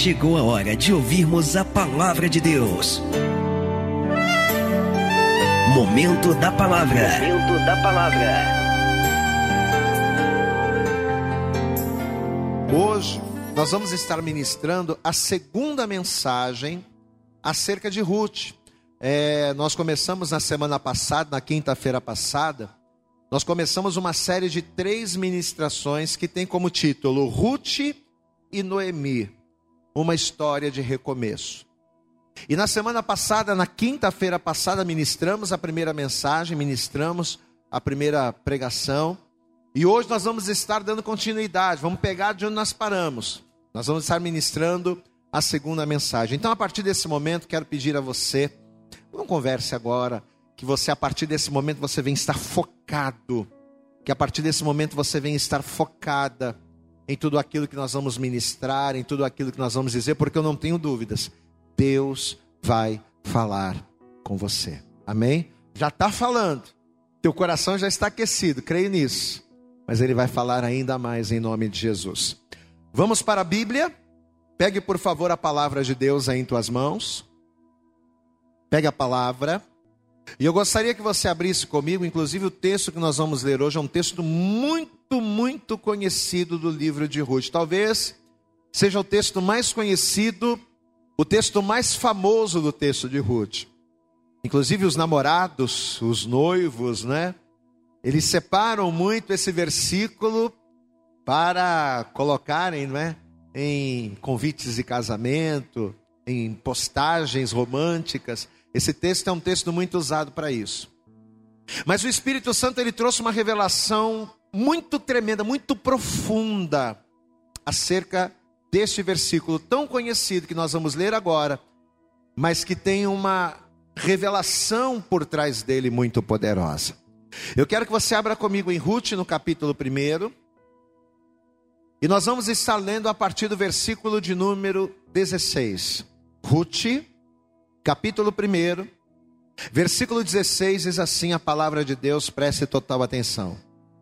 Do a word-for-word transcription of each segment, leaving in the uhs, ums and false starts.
chegou a hora de ouvirmos a palavra de Deus. Momento da palavra. Momento da palavra. Hoje nós vamos estar ministrando a segunda mensagem acerca de Ruth. É, nós começamos na semana passada, na quinta-feira passada, nós começamos uma série de três ministrações que tem como título Ruth e Noemi, uma história de recomeço. E na semana passada, na quinta-feira passada, ministramos a primeira mensagem, ministramos a primeira pregação. E hoje nós vamos estar dando continuidade, vamos pegar de onde nós paramos. Nós vamos estar ministrando a segunda mensagem. Então, a partir desse momento, quero pedir a você, não converse agora, que você, a partir desse momento, você venha estar focado. Que a partir desse momento, você venha estar focada em tudo aquilo que nós vamos ministrar, em tudo aquilo que nós vamos dizer, porque eu não tenho dúvidas. Deus vai falar com você. Amém? Já está falando. Teu coração já está aquecido, creio nisso. Mas Ele vai falar ainda mais em nome de Jesus. Vamos para a Bíblia. Pegue, por favor, a palavra de Deus aí em tuas mãos. Pegue a palavra. E eu gostaria que você abrisse comigo, inclusive o texto que nós vamos ler hoje é um texto muito, muito conhecido do livro de Ruth. Talvez seja o texto mais conhecido, o texto mais famoso do texto de Ruth. Inclusive os namorados, os noivos, né? Eles separam muito esse versículo para colocarem, né, em convites de casamento, em postagens românticas. Esse texto é um texto muito usado para isso. Mas o Espírito Santo, ele trouxe uma revelação muito tremenda, muito profunda acerca deste versículo tão conhecido que nós vamos ler agora, mas que tem uma revelação por trás dele muito poderosa. Eu quero que você abra comigo em Ruth no capítulo primeiro. E nós vamos estar lendo a partir do versículo de número dezesseis. Ruth, capítulo primeiro, versículo dezesseis, diz assim a palavra de Deus, preste total atenção.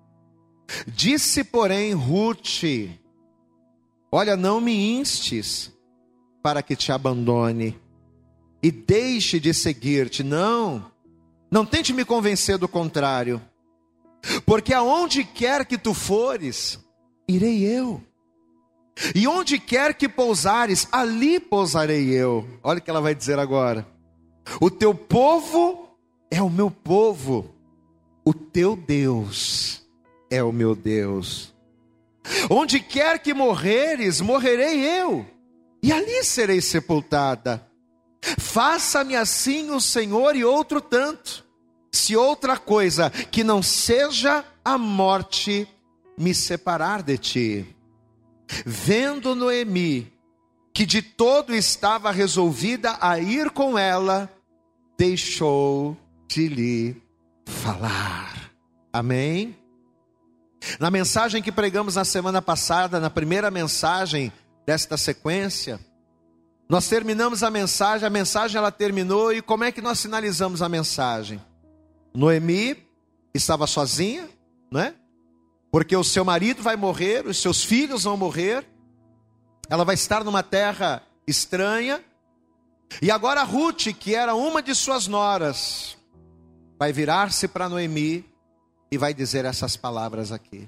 Disse, porém, Ruth: olha, não me instes para que te abandone e deixe de seguir-te. Não, não tente me convencer do contrário, porque aonde quer que tu fores, irei eu. E onde quer que pousares, ali pousarei eu. Olha o que ela vai dizer agora. O teu povo é o meu povo, o teu Deus é o meu Deus. Onde quer que morreres, morrerei eu, e ali serei sepultada. Faça-me assim o Senhor e outro tanto, se outra coisa que não seja a morte me separar de ti. Vendo Noemi que de todo estava resolvida a ir com ela, deixou de lhe falar. Amém? Na mensagem que pregamos na semana passada, na primeira mensagem desta sequência, nós terminamos a mensagem, a mensagem ela terminou, e como é que nós finalizamos a mensagem? Noemi estava sozinha, né? Porque o seu marido vai morrer, os seus filhos vão morrer, ela vai estar numa terra estranha, e agora Ruth, que era uma de suas noras, vai virar-se para Noemi e vai dizer essas palavras aqui.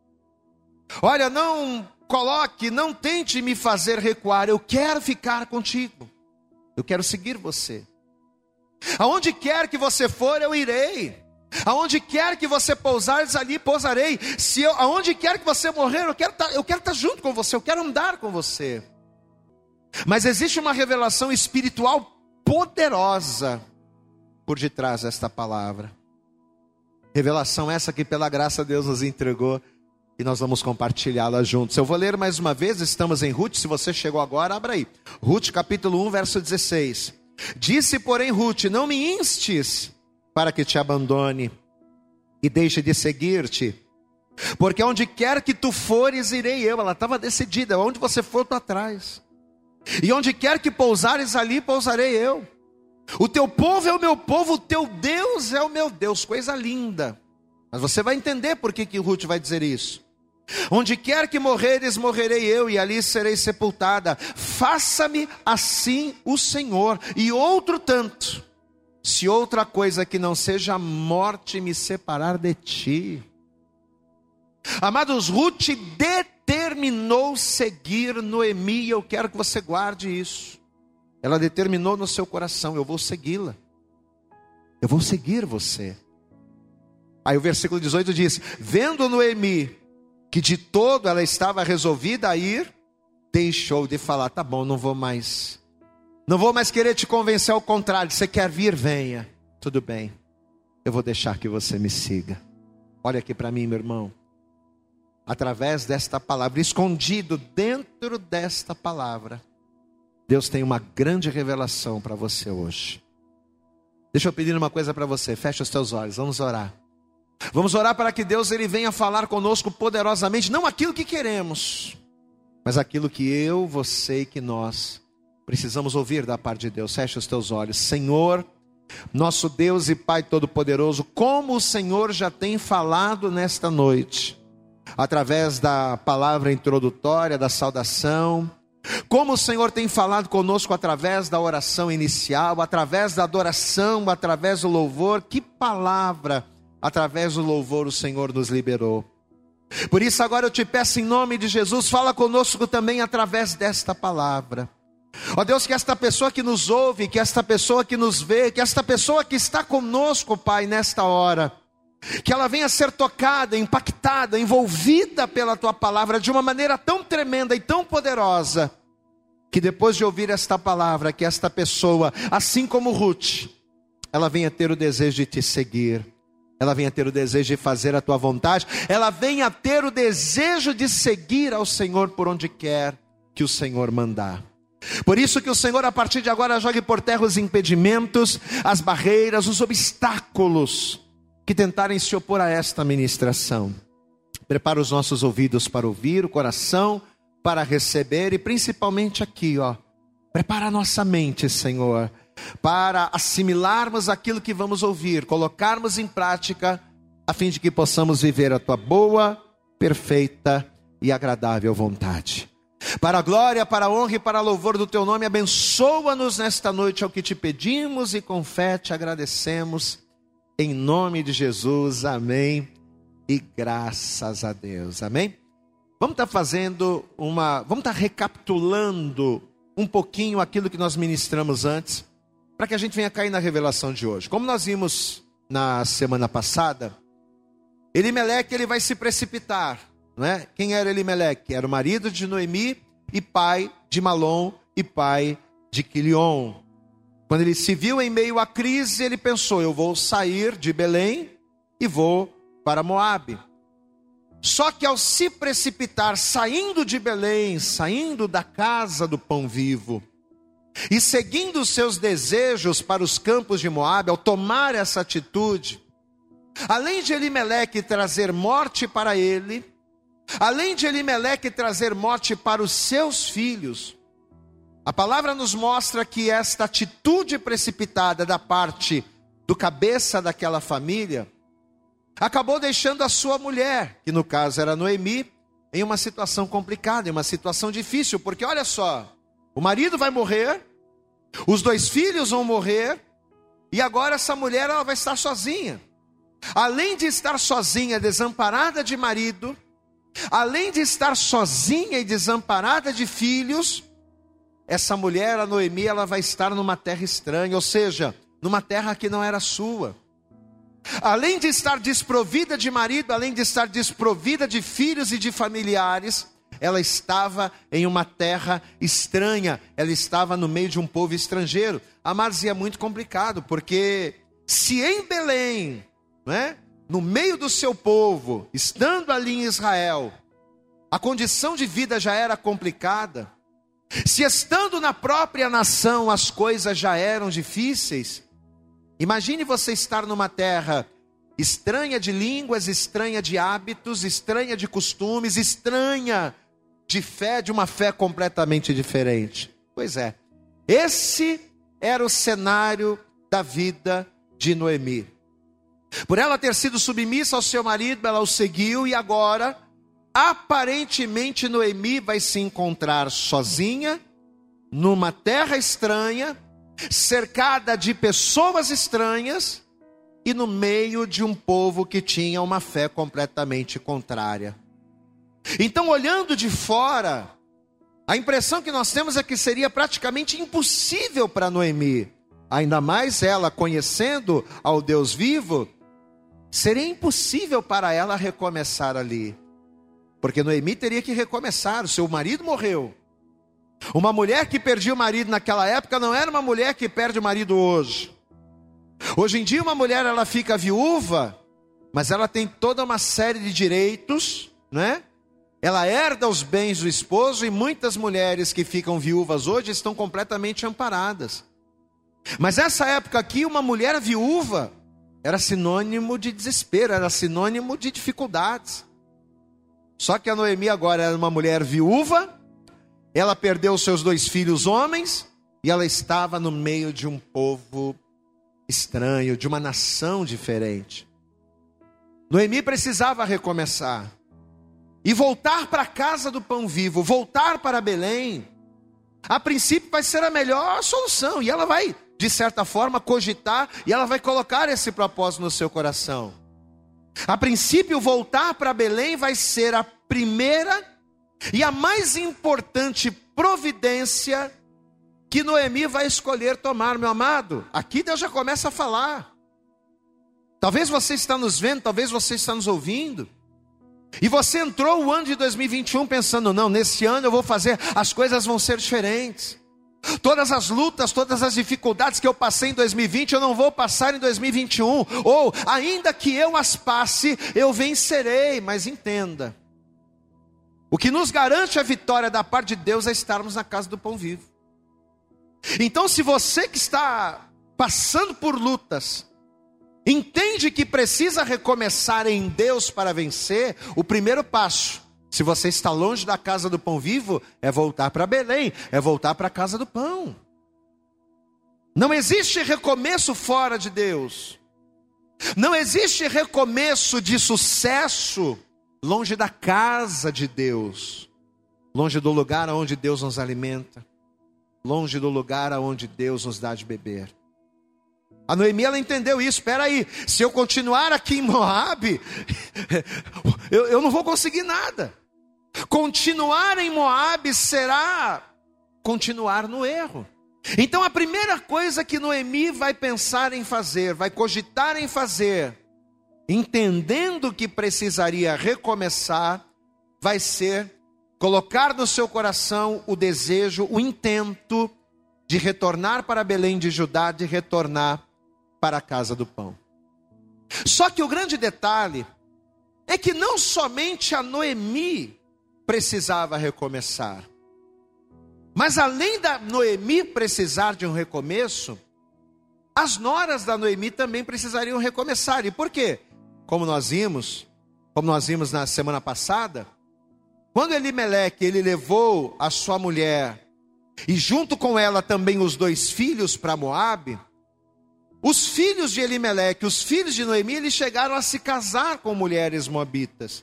Olha, não coloque, não tente me fazer recuar, eu quero ficar contigo, eu quero seguir você. Aonde quer que você for, eu irei. Aonde quer que você pousares, ali pousarei. Se eu, aonde quer que você morrer, eu quero tá, eu quero estar junto com você, eu quero andar com você. Mas existe uma revelação espiritual poderosa por detrás desta palavra. Revelação essa que pela graça Deus nos entregou, e nós vamos compartilhá-la juntos. Eu vou ler mais uma vez, estamos em Ruth, se você chegou agora, abra aí. Ruth capítulo um, verso dezesseis. Disse, porém, Ruth: não me instes para que te abandone e deixe de seguir-te, porque onde quer que tu fores, irei eu. Ela estava decidida, onde você for, tu atrás. E onde quer que pousares, ali pousarei eu. O teu povo é o meu povo, o teu Deus é o meu Deus. Coisa linda. Mas você vai entender por que que Ruth vai dizer isso. Onde quer que morreres, morrerei eu, e ali serei sepultada. Faça-me assim o Senhor, e outro tanto, se outra coisa que não seja a morte me separar de ti. Amados, Ruth determinou seguir Noemi, e eu quero que você guarde isso. Ela determinou no seu coração: eu vou segui-la, eu vou seguir você. Aí o versículo dezoito diz: vendo Noemi que de todo ela estava resolvida a ir, deixou de falar. Tá bom, não vou mais, não vou mais querer te convencer, ao contrário, você quer vir, venha. Tudo bem, eu vou deixar que você me siga. Olha aqui para mim, meu irmão. Através desta palavra, escondido dentro desta palavra, Deus tem uma grande revelação para você hoje. Deixa eu pedir uma coisa para você, fecha os teus olhos, vamos orar. Vamos orar para que Deus ele venha falar conosco poderosamente, não aquilo que queremos, mas aquilo que eu, você e que nós precisamos ouvir da parte de Deus. Fecha os teus olhos. Senhor, nosso Deus e Pai Todo-Poderoso, como o Senhor já tem falado nesta noite, através da palavra introdutória, da saudação, como o Senhor tem falado conosco através da oração inicial, através da adoração, através do louvor, que palavra, através do louvor o Senhor nos liberou. Por isso agora eu te peço em nome de Jesus, fala conosco também através desta palavra. Ó Deus, que esta pessoa que nos ouve, que esta pessoa que nos vê, que esta pessoa que está conosco, Pai, nesta hora, que ela venha ser tocada, impactada, envolvida pela Tua palavra de uma maneira tão tremenda e tão poderosa, que depois de ouvir esta palavra, que esta pessoa, assim como Ruth, ela venha ter o desejo de Te seguir, ela venha ter o desejo de fazer a Tua vontade, ela venha ter o desejo de seguir ao Senhor por onde quer que o Senhor mandar. Por isso que o Senhor a partir de agora jogue por terra os impedimentos, as barreiras, os obstáculos que tentarem se opor a esta ministração. Prepara os nossos ouvidos para ouvir, o coração para receber, e principalmente aqui, ó, prepara a nossa mente, Senhor, para assimilarmos aquilo que vamos ouvir, colocarmos em prática, a fim de que possamos viver a Tua boa, perfeita e agradável vontade. Para a glória, para a honra e para a louvor do Teu nome, abençoa-nos nesta noite, é o que te pedimos e com fé te agradecemos. Em nome de Jesus, amém, e graças a Deus, amém? Vamos estar fazendo uma, vamos estar recapitulando um pouquinho aquilo que nós ministramos antes, para que a gente venha cair na revelação de hoje. Como nós vimos na semana passada, Elimeleque ele vai se precipitar, não é? Quem era Elimeleque? Era o marido de Noemi e pai de Malom e pai de Quilion. Quando ele se viu em meio à crise, ele pensou: eu vou sair de Belém e vou para Moabe. Só que ao se precipitar, saindo de Belém, saindo da casa do pão vivo, e seguindo os seus desejos para os campos de Moabe, ao tomar essa atitude, além de Elimeleque trazer morte para ele, além de Elimeleque trazer morte para os seus filhos, a palavra nos mostra que esta atitude precipitada da parte do cabeça daquela família, acabou deixando a sua mulher, que no caso era Noemi, em uma situação complicada, em uma situação difícil, porque olha só, o marido vai morrer, os dois filhos vão morrer, e agora essa mulher ela vai estar sozinha. Além de estar sozinha, desamparada de marido, além de estar sozinha e desamparada de filhos, essa mulher, a Noemi, ela vai estar numa terra estranha, ou seja, numa terra que não era sua. Além de estar desprovida de marido, além de estar desprovida de filhos e de familiares, ela estava em uma terra estranha, ela estava no meio de um povo estrangeiro. Amados, e é muito complicado, porque se em Belém, não é? No meio do seu povo, estando ali em Israel, a condição de vida já era complicada, se estando na própria nação as coisas já eram difíceis, imagine você estar numa terra estranha de línguas, estranha de hábitos, estranha de costumes, estranha de fé, de uma fé completamente diferente. Pois é, esse era o cenário da vida de Noemi. Por ela ter sido submissa ao seu marido, ela o seguiu, e agora, aparentemente Noemi vai se encontrar sozinha, numa terra estranha, cercada de pessoas estranhas e no meio de um povo que tinha uma fé completamente contrária. Então, olhando de fora, a impressão que nós temos é que seria praticamente impossível para Noemi, ainda mais ela conhecendo ao Deus vivo, seria impossível para ela recomeçar ali. Porque Noemi teria que recomeçar, o seu marido morreu. Uma mulher que perdia o marido naquela época não era uma mulher que perde o marido hoje. Hoje em dia uma mulher ela fica viúva, mas ela tem toda uma série de direitos, né? Ela herda os bens do esposo e muitas mulheres que ficam viúvas hoje estão completamente amparadas. Mas nessa época aqui uma mulher viúva era sinônimo de desespero, era sinônimo de dificuldades. Só que a Noemi agora era uma mulher viúva, ela perdeu seus dois filhos homens e ela estava no meio de um povo estranho, de uma nação diferente. Noemi precisava recomeçar e voltar para a casa do pão vivo, voltar para Belém. A princípio vai ser a melhor solução e ela vai, de certa forma, cogitar e ela vai colocar esse propósito no seu coração. A princípio, voltar para Belém vai ser a primeira e a mais importante providência que Noemi vai escolher tomar, meu amado. Aqui Deus já começa a falar. Talvez você está nos vendo, talvez você está nos ouvindo. E você entrou o ano de dois mil e vinte e um pensando, não, nesse ano eu vou fazer, as coisas vão ser diferentes. Todas as lutas, todas as dificuldades que eu passei em dois mil e vinte, eu não vou passar em dois mil e vinte e um. Ou, ainda que eu as passe, eu vencerei. Mas entenda, o que nos garante a vitória da parte de Deus é estarmos na casa do pão vivo. Então, se você que está passando por lutas, entende que precisa recomeçar em Deus para vencer, o primeiro passo, se você está longe da casa do pão vivo, é voltar para Belém, é voltar para a casa do pão. Não existe recomeço fora de Deus. Não existe recomeço de sucesso longe da casa de Deus. Longe do lugar onde Deus nos alimenta. Longe do lugar onde Deus nos dá de beber. A Noemi, ela entendeu isso. Espera aí, se eu continuar aqui em Moabe, eu, eu não vou conseguir nada. Continuar em Moabe será continuar no erro. Então a primeira coisa que Noemi vai pensar em fazer, vai cogitar em fazer, entendendo que precisaria recomeçar, vai ser colocar no seu coração o desejo, o intento de retornar para Belém de Judá, de retornar para a casa do pão. Só que o grande detalhe é que não somente a Noemi precisava recomeçar, mas além da Noemi precisar de um recomeço, as noras da Noemi também precisariam recomeçar. E por quê? Como nós vimos, como nós vimos na semana passada, quando Elimeleque, ele levou a sua mulher e junto com ela também os dois filhos para Moabe, os filhos de Elimeleque, os filhos de Noemi, eles chegaram a se casar com mulheres moabitas.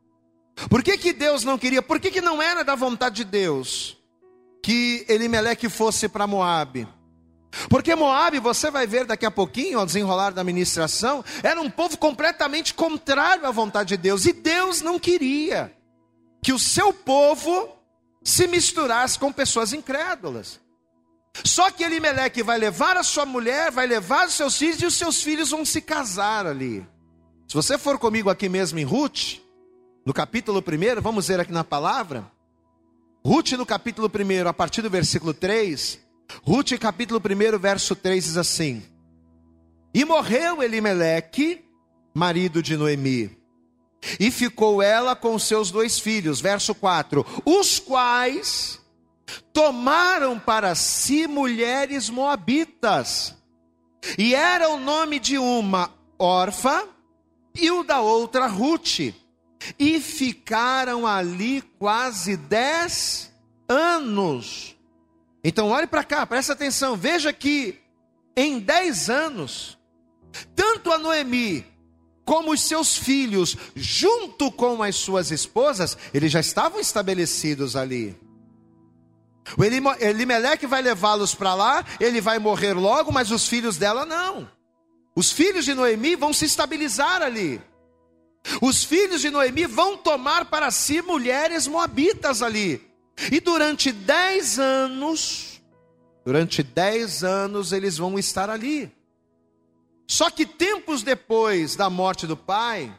Por que que Deus não queria? Por que que não era da vontade de Deus que Elimeleque fosse para Moabe? Porque Moabe, você vai ver daqui a pouquinho, ao desenrolar da ministração, era um povo completamente contrário à vontade de Deus. E Deus não queria que o seu povo se misturasse com pessoas incrédulas. Só que Elimeleque vai levar a sua mulher, vai levar os seus filhos, e os seus filhos vão se casar ali. Se você for comigo aqui mesmo em Ruth, no capítulo primeiro, vamos ver aqui na palavra. Ruth no capítulo primeiro, a partir do versículo três, Ruth capítulo primeiro, verso três diz assim: E morreu Elimeleque, marido de Noemi, e ficou ela com seus dois filhos, verso quatro, os quais tomaram para si mulheres moabitas, e era o nome de uma Orfa e o da outra Ruth, e ficaram ali quase dez anos. Então olhe para cá, presta atenção, veja que em dez anos, tanto a Noemi como os seus filhos, junto com as suas esposas, eles já estavam estabelecidos ali. O Elimeleque vai levá-los para lá, ele vai morrer logo, mas os filhos dela não. Os filhos de Noemi vão se estabilizar ali. Os filhos de Noemi vão tomar para si mulheres moabitas ali. E durante dez anos, durante dez anos eles vão estar ali. Só que tempos depois da morte do pai,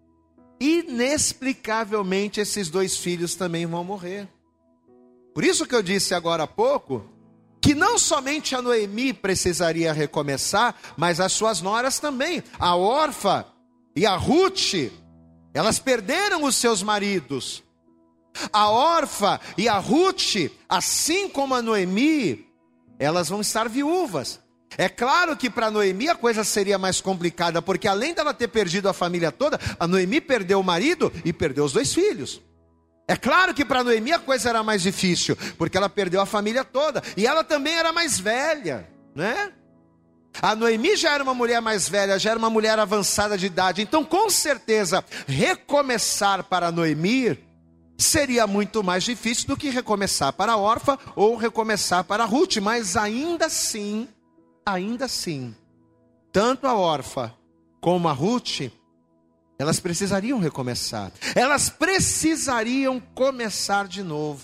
inexplicavelmente esses dois filhos também vão morrer. Por isso que eu disse agora há pouco, que não somente a Noemi precisaria recomeçar, mas as suas noras também. A Orfa e a Ruth, elas perderam os seus maridos. A Orfa e a Ruth, assim como a Noemi, elas vão estar viúvas. É claro que para Noemi a coisa seria mais complicada, porque além dela ter perdido a família toda, a Noemi perdeu o marido e perdeu os dois filhos. É claro que para Noemi a coisa era mais difícil, porque ela perdeu a família toda, e ela também era mais velha, né? A Noemi já era uma mulher mais velha, já era uma mulher avançada de idade, então com certeza recomeçar para Noemi seria muito mais difícil do que recomeçar para a Orfa ou recomeçar para a Ruth, mas ainda assim, ainda assim, tanto a Orfa como a Ruth, elas precisariam recomeçar. Elas precisariam começar de novo.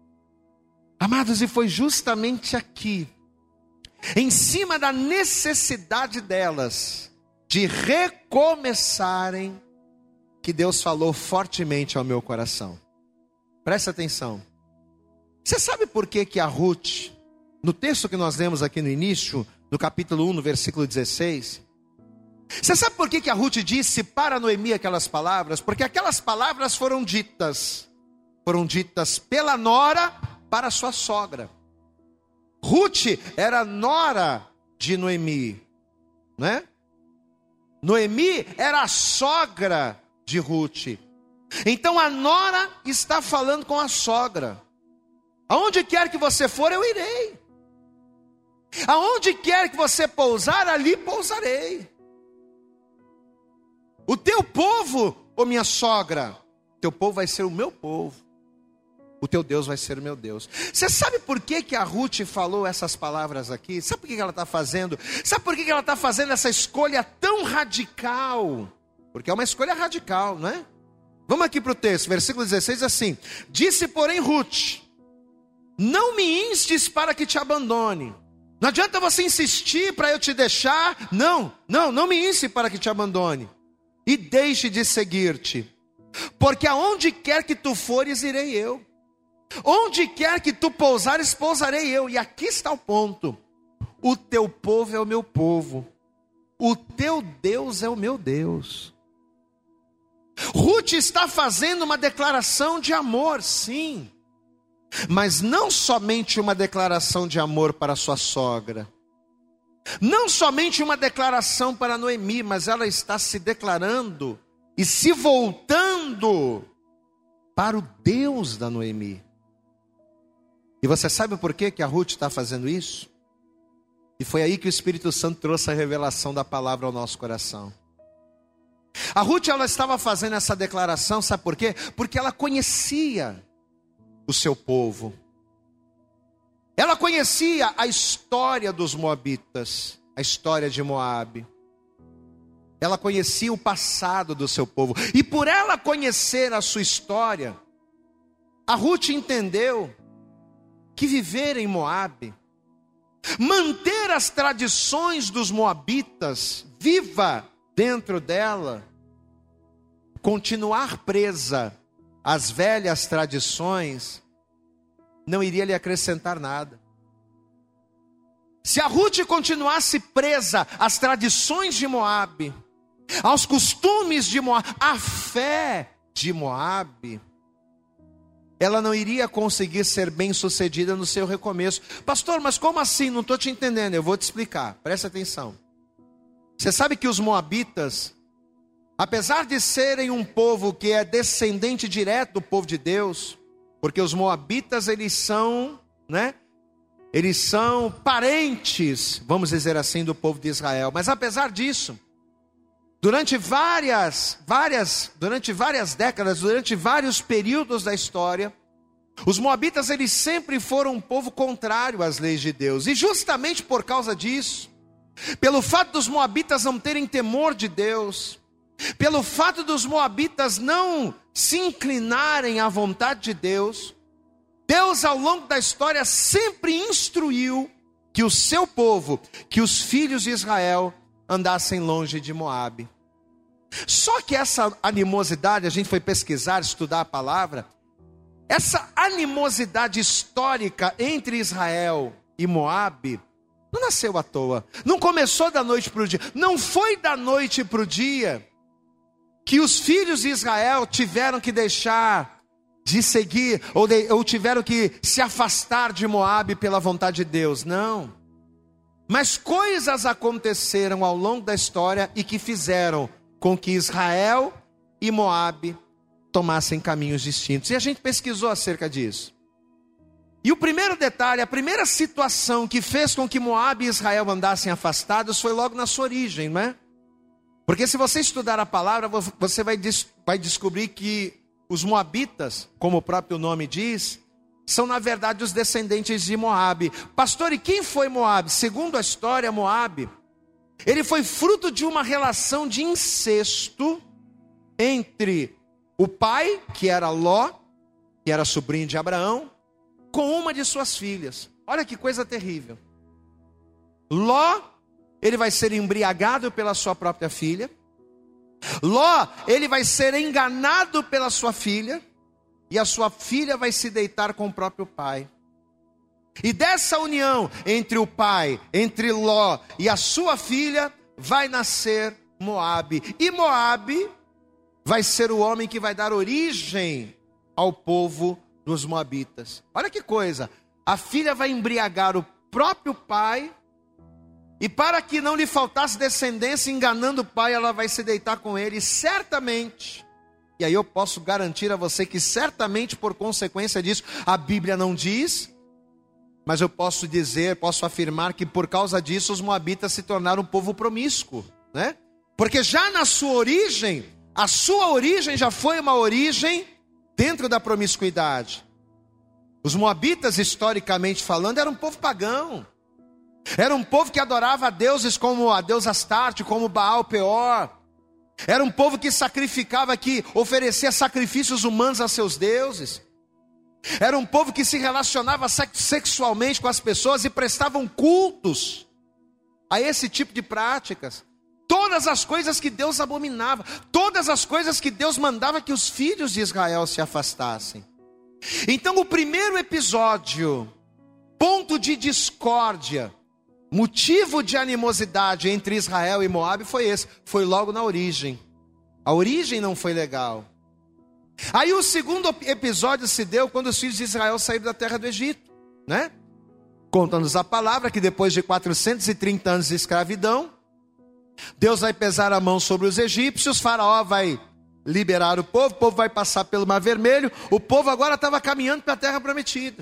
Amados, e foi justamente aqui, em cima da necessidade delas de recomeçarem, que Deus falou fortemente ao meu coração. Presta atenção. Você sabe por que que a Ruth, no texto que nós lemos aqui no início, no capítulo um, no versículo dezesseis, você sabe por que que a Ruth disse para Noemi aquelas palavras? Porque aquelas palavras foram ditas, foram ditas pela nora para sua sogra. Ruth era nora de Noemi, né? Noemi era a sogra de Ruth. Então a nora está falando com a sogra. Aonde quer que você for, eu irei. Aonde quer que você pousar, ali pousarei. O teu povo, ô minha sogra, teu povo vai ser o meu povo. O teu Deus vai ser o meu Deus. Você sabe por que que a Ruth falou essas palavras aqui? Sabe por que que ela está fazendo? Sabe por que que ela está fazendo essa escolha tão radical? Porque é uma escolha radical, não é? Vamos aqui para o texto, versículo dezesseis, assim. Disse, porém, Ruth, não me instes para que te abandone. Não adianta você insistir para eu te deixar. Não, não, não me inste para que te abandone. E deixe de seguir-te. Porque aonde quer que tu fores, irei eu. Onde quer que tu pousares, pousarei eu. E aqui está o ponto. O teu povo é o meu povo. O teu Deus é o meu Deus. Ruth está fazendo uma declaração de amor, sim. Mas não somente uma declaração de amor para sua sogra. Não somente uma declaração para Noemi, mas ela está se declarando e se voltando para o Deus da Noemi. E você sabe por que que a Ruth está fazendo isso? E foi aí que o Espírito Santo trouxe a revelação da palavra ao nosso coração. A Ruth, ela estava fazendo essa declaração, sabe por quê? Porque ela conhecia o seu povo. Ela conhecia a história dos moabitas, a história de Moabe. Ela conhecia o passado do seu povo. E por ela conhecer a sua história, a Ruth entendeu que viver em Moabe, manter as tradições dos moabitas viva dentro dela, continuar presa às velhas tradições, não iria lhe acrescentar nada. Se a Ruth continuasse presa às tradições de Moabe, aos costumes de Moabe, à fé de Moabe, ela não iria conseguir ser bem sucedida no seu recomeço. Pastor, mas como assim? Não estou te entendendo. Eu vou te explicar, presta atenção. Você sabe que os moabitas, apesar de serem um povo que é descendente direto do povo de Deus, porque os moabitas, eles são, né? Eles são parentes, vamos dizer assim, do povo de Israel. Mas apesar disso, durante várias, várias, durante várias décadas, durante vários períodos da história, os moabitas eles sempre foram um povo contrário às leis de Deus. E justamente por causa disso, pelo fato dos moabitas não terem temor de Deus, pelo fato dos moabitas não se inclinarem à vontade de Deus, Deus ao longo da história sempre instruiu que o seu povo, que os filhos de Israel andassem longe de Moabe. Só que essa animosidade, a gente foi pesquisar, estudar a palavra, essa animosidade histórica entre Israel e Moabe não nasceu à toa, não começou da noite para o dia, não foi da noite para o dia que os filhos de Israel tiveram que deixar de seguir, ou, de, ou tiveram que se afastar de Moabe pela vontade de Deus, não. Mas coisas aconteceram ao longo da história e que fizeram com que Israel e Moabe tomassem caminhos distintos. E a gente pesquisou acerca disso. E o primeiro detalhe, a primeira situação que fez com que Moabe e Israel andassem afastados foi logo na sua origem, não é? Porque se você estudar a palavra, você vai, des- vai descobrir que os moabitas, como o próprio nome diz, são na verdade os descendentes de Moabe. Pastor, e quem foi Moabe? Segundo a história, Moabe, ele foi fruto de uma relação de incesto entre o pai, que era Ló, que era sobrinho de Abraão, com uma de suas filhas. Olha que coisa terrível. Ló, ele vai ser embriagado pela sua própria filha. Ló, ele vai ser enganado pela sua filha. E a sua filha vai se deitar com o próprio pai. E dessa união entre o pai, entre Ló e a sua filha, vai nascer Moabe. E Moabe vai ser o homem que vai dar origem ao povo dos moabitas. Olha que coisa. A filha vai embriagar o próprio pai. E para que não lhe faltasse descendência, enganando o pai, ela vai se deitar com ele. E certamente, e aí eu posso garantir a você que certamente por consequência disso, a Bíblia não diz, mas eu posso dizer, posso afirmar que por causa disso os moabitas se tornaram um povo promíscuo, né? Porque já na sua origem, a sua origem já foi uma origem dentro da promiscuidade. Os moabitas, historicamente falando, eram um povo pagão. Era um povo que adorava a deuses como a deusa Astarte, como Baal Peor. Era um povo que sacrificava, que oferecia sacrifícios humanos a seus deuses. Era um povo que se relacionava sexualmente com as pessoas e prestavam cultos a esse tipo de práticas. Todas as coisas que Deus abominava, todas as coisas que Deus mandava que os filhos de Israel se afastassem. Então o primeiro episódio, ponto de discórdia, motivo de animosidade entre Israel e Moabe foi esse, foi logo na origem. A origem não foi legal. Aí o segundo episódio se deu quando os filhos de Israel saíram da terra do Egito, né? Conta-nos a palavra que depois de quatrocentos e trinta anos de escravidão, Deus vai pesar a mão sobre os egípcios, Faraó vai liberar o povo, o povo vai passar pelo Mar Vermelho, o povo agora estava caminhando para a terra prometida.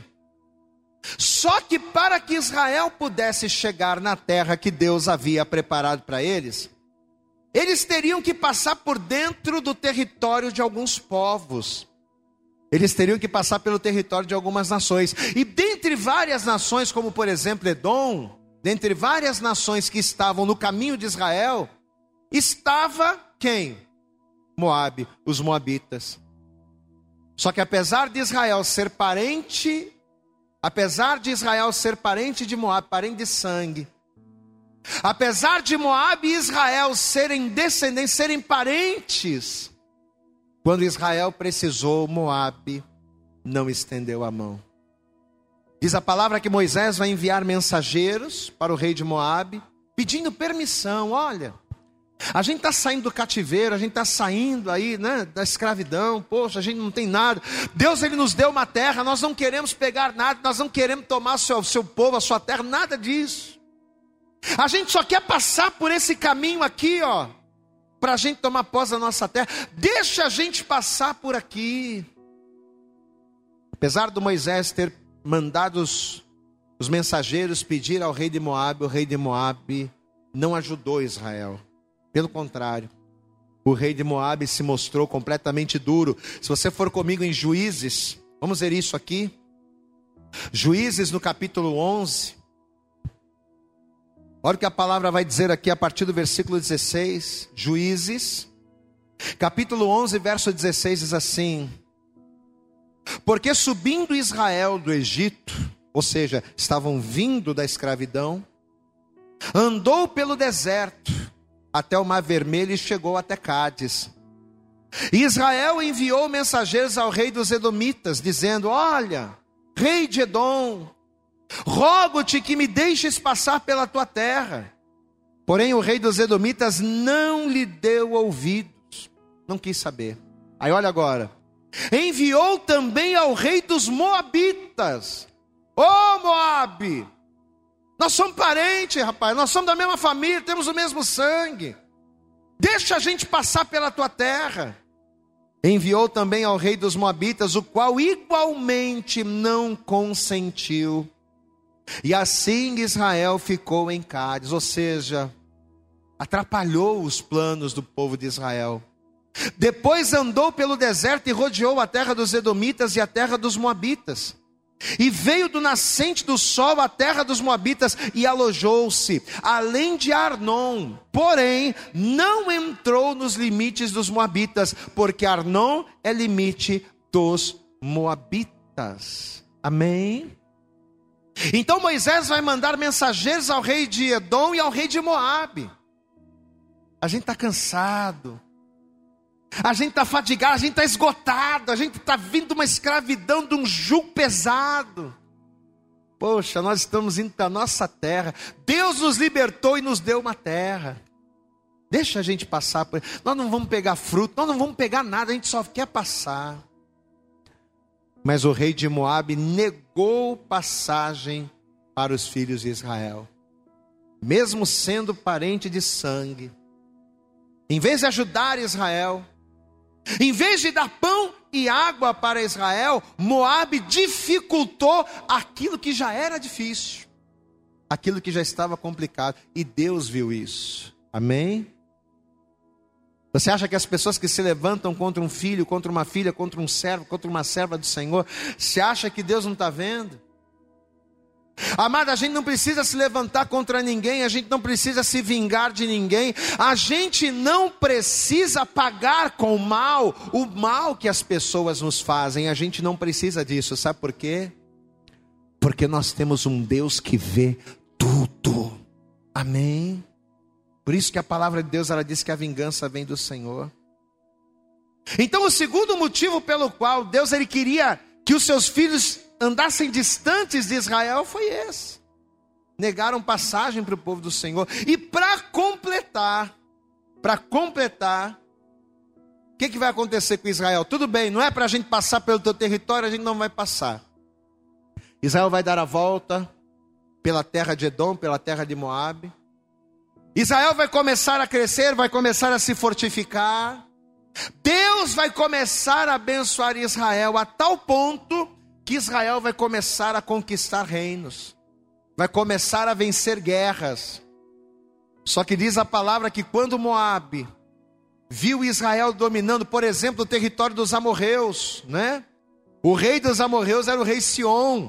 Só que para que Israel pudesse chegar na terra que Deus havia preparado para eles, eles teriam que passar por dentro do território de alguns povos. Eles teriam que passar pelo território de algumas nações. E dentre várias nações, como por exemplo Edom, dentre várias nações que estavam no caminho de Israel, estava quem? Moabe, os moabitas. Só que apesar de Israel ser parente, apesar de Israel ser parente de Moabe, parente de sangue, apesar de Moabe e Israel serem descendentes, serem parentes, quando Israel precisou, Moabe não estendeu a mão. Diz a palavra que Moisés vai enviar mensageiros para o rei de Moabe, pedindo permissão. Olha, a gente está saindo do cativeiro, a gente está saindo aí, né, da escravidão, poxa, a gente não tem nada. Deus, ele nos deu uma terra, nós não queremos pegar nada, nós não queremos tomar o seu, seu povo, a sua terra, nada disso. A gente só quer passar por esse caminho aqui, ó, para a gente tomar posse da nossa terra. Deixa a gente passar por aqui. Apesar do Moisés ter mandado os, os mensageiros pedir ao rei de Moabe, o rei de Moabe não ajudou Israel. Pelo contrário, o rei de Moabe se mostrou completamente duro. Se você for comigo em Juízes, vamos ver isso aqui. Juízes no capítulo onze. Olha o que a palavra vai dizer aqui a partir do versículo dezesseis. Juízes, capítulo onze, verso dezesseis, diz assim: porque subindo Israel do Egito, ou seja, estavam vindo da escravidão, andou pelo deserto até o Mar Vermelho e chegou até Cádiz. E Israel enviou mensageiros ao rei dos Edomitas, dizendo: olha, rei de Edom, rogo-te que me deixes passar pela tua terra. Porém o rei dos Edomitas não lhe deu ouvidos, não quis saber. Aí olha agora, enviou também ao rei dos Moabitas: ô Moabe, nós somos parentes, rapaz, nós somos da mesma família, temos o mesmo sangue, deixa a gente passar pela tua terra. Enviou também ao rei dos Moabitas, o qual igualmente não consentiu. E assim Israel ficou em Cádiz, ou seja, atrapalhou os planos do povo de Israel. Depois andou pelo deserto e rodeou a terra dos Edomitas e a terra dos Moabitas. E veio do nascente do sol à terra dos Moabitas e alojou-se, além de Arnon. Porém, não entrou nos limites dos Moabitas, porque Arnon é limite dos Moabitas. Amém? Então Moisés vai mandar mensageiros ao rei de Edom e ao rei de Moabe. A gente está cansado, a gente está fadigado, a gente está esgotado, a gente está vindo de uma escravidão, de um jugo pesado. Poxa, nós estamos indo para a nossa terra. Deus nos libertou e nos deu uma terra. Deixa a gente passar por... Nós não vamos pegar fruto, nós não vamos pegar nada, a gente só quer passar. Mas o rei de Moabe negou passagem para os filhos de Israel, mesmo sendo parente de sangue. Em vez de ajudar Israel, em vez de dar pão e água para Israel, Moabe dificultou aquilo que já era difícil, aquilo que já estava complicado, e Deus viu isso. Amém? Você acha que as pessoas que se levantam contra um filho, contra uma filha, contra um servo, contra uma serva do Senhor, você acha que Deus não está vendo? Amada, a gente não precisa se levantar contra ninguém, a gente não precisa se vingar de ninguém, a gente não precisa pagar com o mal, o mal que as pessoas nos fazem, a gente não precisa disso, sabe por quê? Porque nós temos um Deus que vê tudo, amém? Por isso que a palavra de Deus, ela diz que a vingança vem do Senhor. Então o segundo motivo pelo qual Deus ele queria que os seus filhos andassem distantes de Israel foi esse: negaram passagem para o povo do Senhor. E para completar, para completar, o que, que vai acontecer com Israel? Tudo bem, não é para a gente passar pelo teu território, a gente não vai passar. Israel vai dar a volta pela terra de Edom, pela terra de Moabe. Israel vai começar a crescer, vai começar a se fortificar. Deus vai começar a abençoar Israel a tal ponto que Israel vai começar a conquistar reinos, vai começar a vencer guerras. Só que diz a palavra que quando Moabe viu Israel dominando, por exemplo, o território dos amorreus, né? O rei dos amorreus era o rei Sion.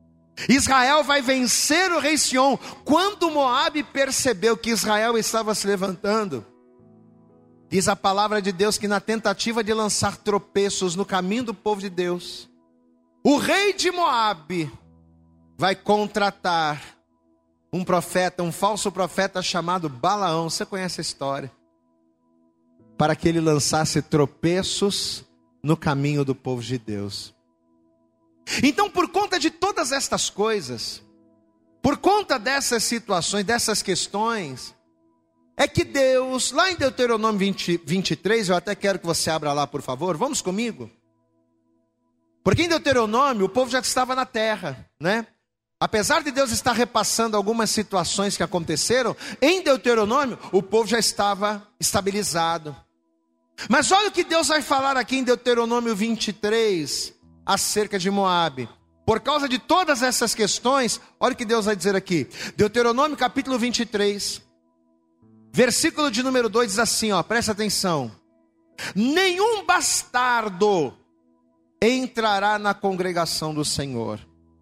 Israel vai vencer o rei Sion. Quando Moabe percebeu que Israel estava se levantando, diz a palavra de Deus que na tentativa de lançar tropeços no caminho do povo de Deus, o rei de Moabe vai contratar um profeta, um falso profeta chamado Balaão. Você conhece a história? Para que ele lançasse tropeços no caminho do povo de Deus. Então, por conta de todas estas coisas, por conta dessas situações, dessas questões, é que Deus, lá em Deuteronômio vinte, vinte e três, eu até quero que você abra lá, por favor, vamos comigo? Porque em Deuteronômio o povo já estava na terra, né? Apesar de Deus estar repassando algumas situações que aconteceram, em Deuteronômio o povo já estava estabilizado. Mas olha o que Deus vai falar aqui em Deuteronômio vinte e três, acerca de Moabe. Por causa de todas essas questões, olha o que Deus vai dizer aqui. Deuteronômio capítulo vinte e três, versículo de número dois diz assim, ó, presta atenção. nenhum bastardo entrará na congregação do Senhor,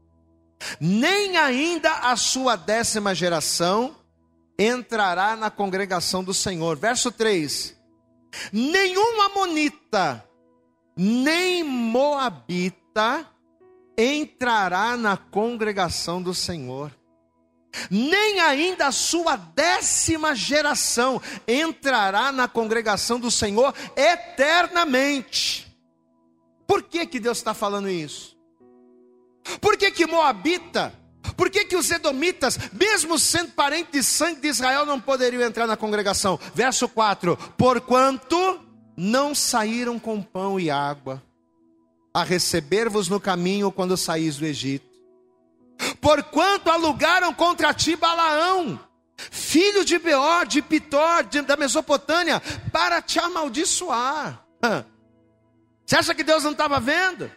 nem ainda a sua décima geração entrará na congregação do Senhor. Verso três, nenhum amonita, nem moabita entrará na congregação do Senhor, nem ainda a sua décima geração entrará na congregação do Senhor eternamente. Por que que Deus está falando isso? Por que que moabita, por que que os edomitas, mesmo sendo parentes de sangue de Israel, não poderiam entrar na congregação? Verso quatro, porquanto não saíram com pão e água a receber-vos no caminho quando saís do Egito. Porquanto alugaram contra ti Balaão, filho de Beor, de Pitor, de, da Mesopotâmia, para te amaldiçoar. Você acha que Deus não estava vendo?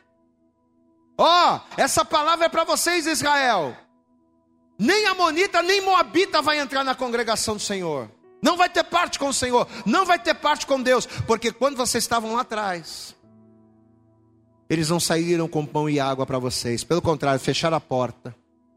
Ó, oh, essa palavra é para vocês, Israel. Nem amonita, nem moabita vai entrar na congregação do Senhor. Não vai ter parte com o Senhor, não vai ter parte com Deus. Porque quando vocês estavam lá atrás, eles não saíram com pão e água para vocês. Pelo contrário, fecharam a porta.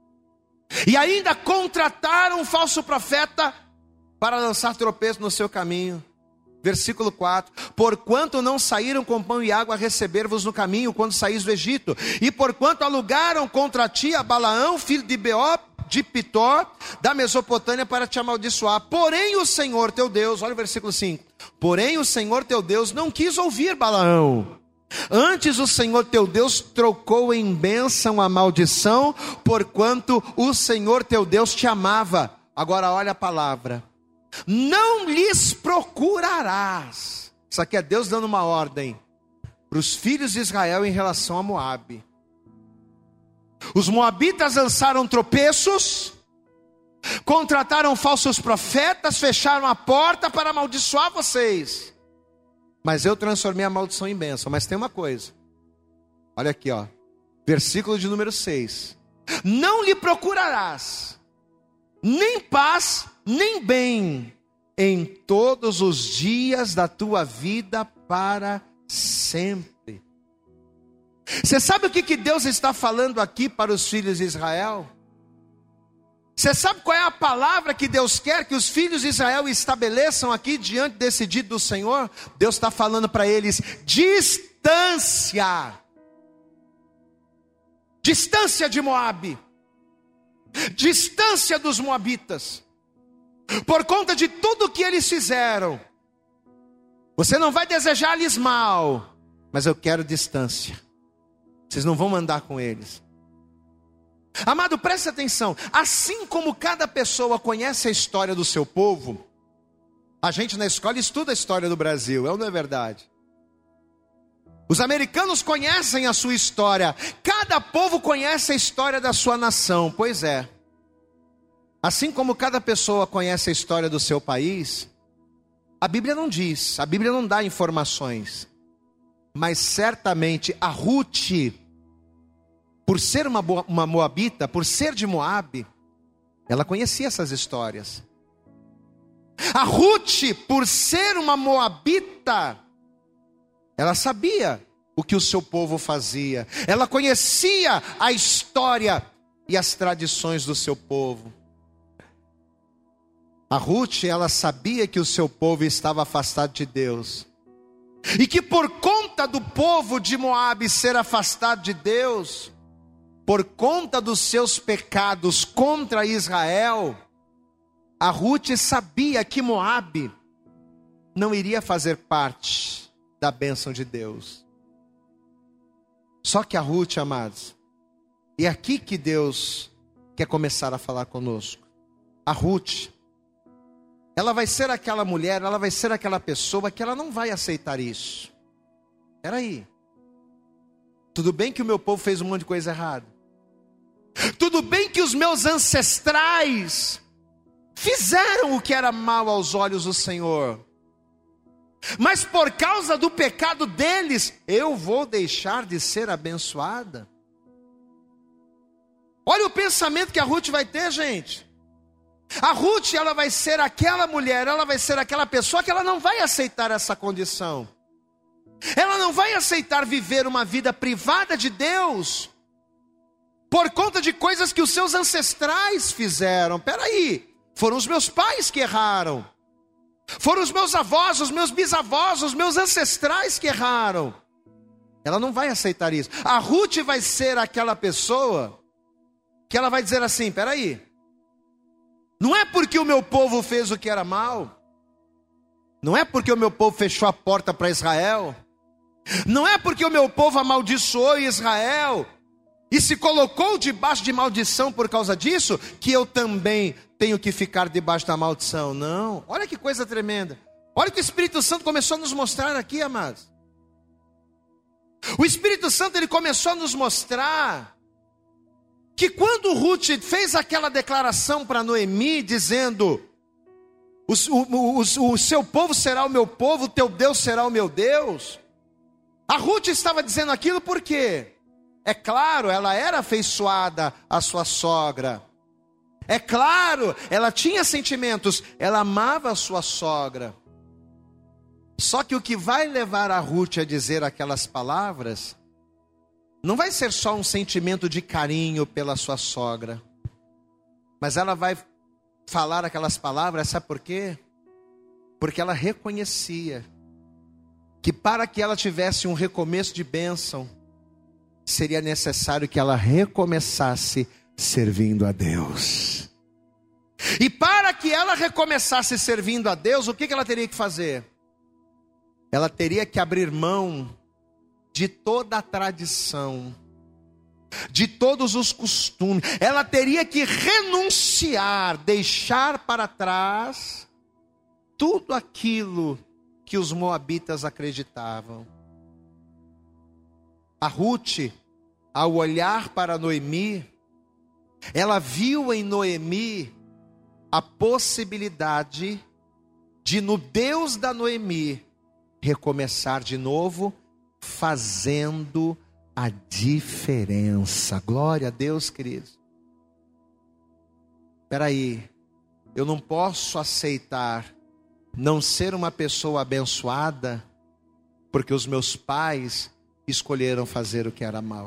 E ainda contrataram um falso profeta para lançar tropeço no seu caminho. Versículo quatro, porquanto não saíram com pão e água a receber-vos no caminho quando saís do Egito, e porquanto alugaram contra ti a Balaão, filho de Beor, de Pitor, da Mesopotâmia, para te amaldiçoar. Porém o Senhor teu Deus, olha o versículo cinco, porém o Senhor teu Deus não quis ouvir Balaão. Antes o Senhor teu Deus trocou em bênção a maldição, porquanto o Senhor teu Deus te amava. Agora olha a palavra. Não lhes procurarás. Isso aqui é Deus dando uma ordem para os filhos de Israel em relação a Moabe. Os moabitas lançaram tropeços, contrataram falsos profetas, fecharam a porta para amaldiçoar vocês. Mas eu transformei a maldição em bênção. Mas tem uma coisa, olha aqui, ó, versículo de número seis. Não lhe procurarás nem paz, nem bem, em todos os dias da tua vida para sempre. Você sabe o que, que Deus está falando aqui para os filhos de Israel? Você sabe qual é a palavra que Deus quer que os filhos de Israel estabeleçam aqui diante desse dito do Senhor? Deus está falando para eles: distância. Distância de Moabe. Distância dos moabitas. Por conta de tudo que eles fizeram. Você não vai desejar-lhes mal, mas eu quero distância. Vocês não vão andar com eles. Amado, preste atenção. Assim como cada pessoa conhece a história do seu povo, a gente na escola estuda a história do Brasil, é ou não é verdade? Os americanos conhecem a sua história. Cada povo conhece a história da sua nação. Pois é. Assim como cada pessoa conhece a história do seu país, a Bíblia não diz, a Bíblia não dá informações. Mas certamente a Ruth, por ser uma, uma moabita, por ser de Moabe, ela conhecia essas histórias. A Ruth, por ser uma moabita, ela sabia o que o seu povo fazia. Ela conhecia a história e as tradições do seu povo. A Ruth, ela sabia que o seu povo estava afastado de Deus. E que por conta do povo de Moabe ser afastado de Deus, por conta dos seus pecados contra Israel, a Ruth sabia que Moabe não iria fazer parte da bênção de Deus. Só que a Ruth, amados, e é aqui que Deus quer começar a falar conosco. A Ruth, ela vai ser aquela mulher, ela vai ser aquela pessoa que ela não vai aceitar isso. Espera aí. Tudo bem que o meu povo fez um monte de coisa errada. Tudo bem que os meus ancestrais fizeram o que era mal aos olhos do Senhor. Mas por causa do pecado deles, eu vou deixar de ser abençoada? Olha o pensamento que a Ruth vai ter, gente. A Ruth, ela vai ser aquela mulher, ela vai ser aquela pessoa que ela não vai aceitar essa condição. Ela não vai aceitar viver uma vida privada de Deus por conta de coisas que os seus ancestrais fizeram. Peraí, foram os meus pais que erraram. Foram os meus avós, os meus bisavós, os meus ancestrais que erraram. Ela não vai aceitar isso. A Ruth vai ser aquela pessoa que ela vai dizer assim, peraí, não é porque o meu povo fez o que era mal, não é porque o meu povo fechou a porta para Israel, não é porque o meu povo amaldiçoou Israel e se colocou debaixo de maldição por causa disso, que eu também tenho que ficar debaixo da maldição. Não, olha que coisa tremenda. Olha o que o Espírito Santo começou a nos mostrar aqui, amados. O Espírito Santo, ele começou a nos mostrar que quando Ruth fez aquela declaração para Noemi, dizendo, o, o, o, o seu povo será o meu povo, o teu Deus será o meu Deus, a Ruth estava dizendo aquilo por quê? É claro, ela era afeiçoada à sua sogra. É claro, ela tinha sentimentos, ela amava a sua sogra. Só que o que vai levar a Ruth a dizer aquelas palavras, não vai ser só um sentimento de carinho pela sua sogra, mas ela vai falar aquelas palavras, sabe por quê? Porque ela reconhecia que para que ela tivesse um recomeço de bênção, seria necessário que ela recomeçasse servindo a Deus. E para que ela recomeçasse servindo a Deus, o que ela teria que fazer? Ela teria que abrir mão de toda a tradição, de todos os costumes. Ela teria que renunciar, deixar para trás tudo aquilo que os moabitas acreditavam. A Ruth, ao olhar para Noemi, ela viu em Noemi a possibilidade de, no Deus da Noemi, recomeçar de novo, fazendo a diferença. Glória a Deus, queridos. Espera aí, eu não posso aceitar não ser uma pessoa abençoada, porque os meus pais escolheram fazer o que era mal.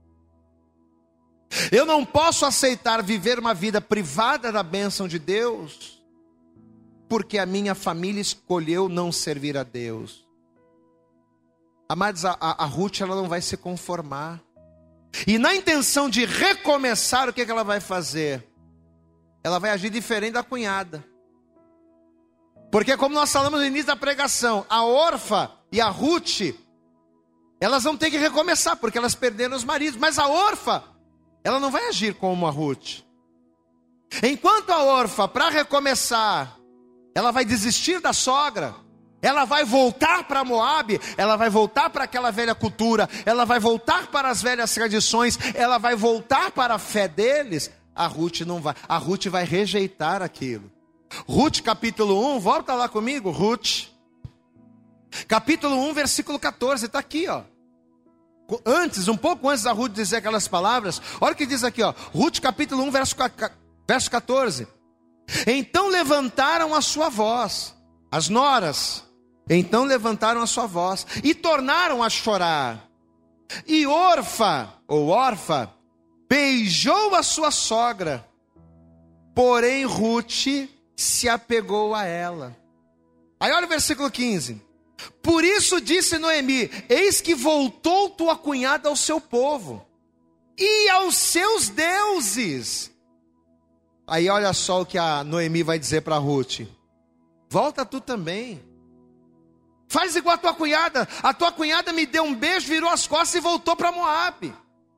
Eu não posso aceitar viver uma vida privada da bênção de Deus, porque a minha família escolheu não servir a Deus. Amados, a, a, a Ruth, ela não vai se conformar. E na intenção de recomeçar, o que, que ela vai fazer? Ela vai agir diferente da cunhada. Porque como nós falamos no início da pregação, a Orfa e a Ruth, elas vão ter que recomeçar, porque elas perderam os maridos. Mas a Orfa, ela não vai agir como a Ruth. Enquanto a Orfa, para recomeçar, ela vai desistir da sogra, ela vai voltar para Moabe, ela vai voltar para aquela velha cultura, ela vai voltar para as velhas tradições, ela vai voltar para a fé deles. A Ruth não vai, a Ruth vai rejeitar aquilo. Ruth capítulo um, volta lá comigo, Ruth. Capítulo um, versículo catorze, está aqui, ó. Antes, um pouco antes da Ruth dizer aquelas palavras, olha o que diz aqui, ó. Ruth capítulo um, verso, verso catorze. Então levantaram a sua voz, as noras, então levantaram a sua voz, e tornaram a chorar. E Orfa, ou Orfa, beijou a sua sogra, porém Ruth se apegou a ela. Aí olha o versículo quinze. Por isso disse Noemi, eis que voltou tua cunhada ao seu povo, e aos seus deuses. Aí olha só o que a Noemi vai dizer para Ruth. Volta tu também. Faz igual a tua cunhada. A tua cunhada me deu um beijo, virou as costas e voltou para Moabe.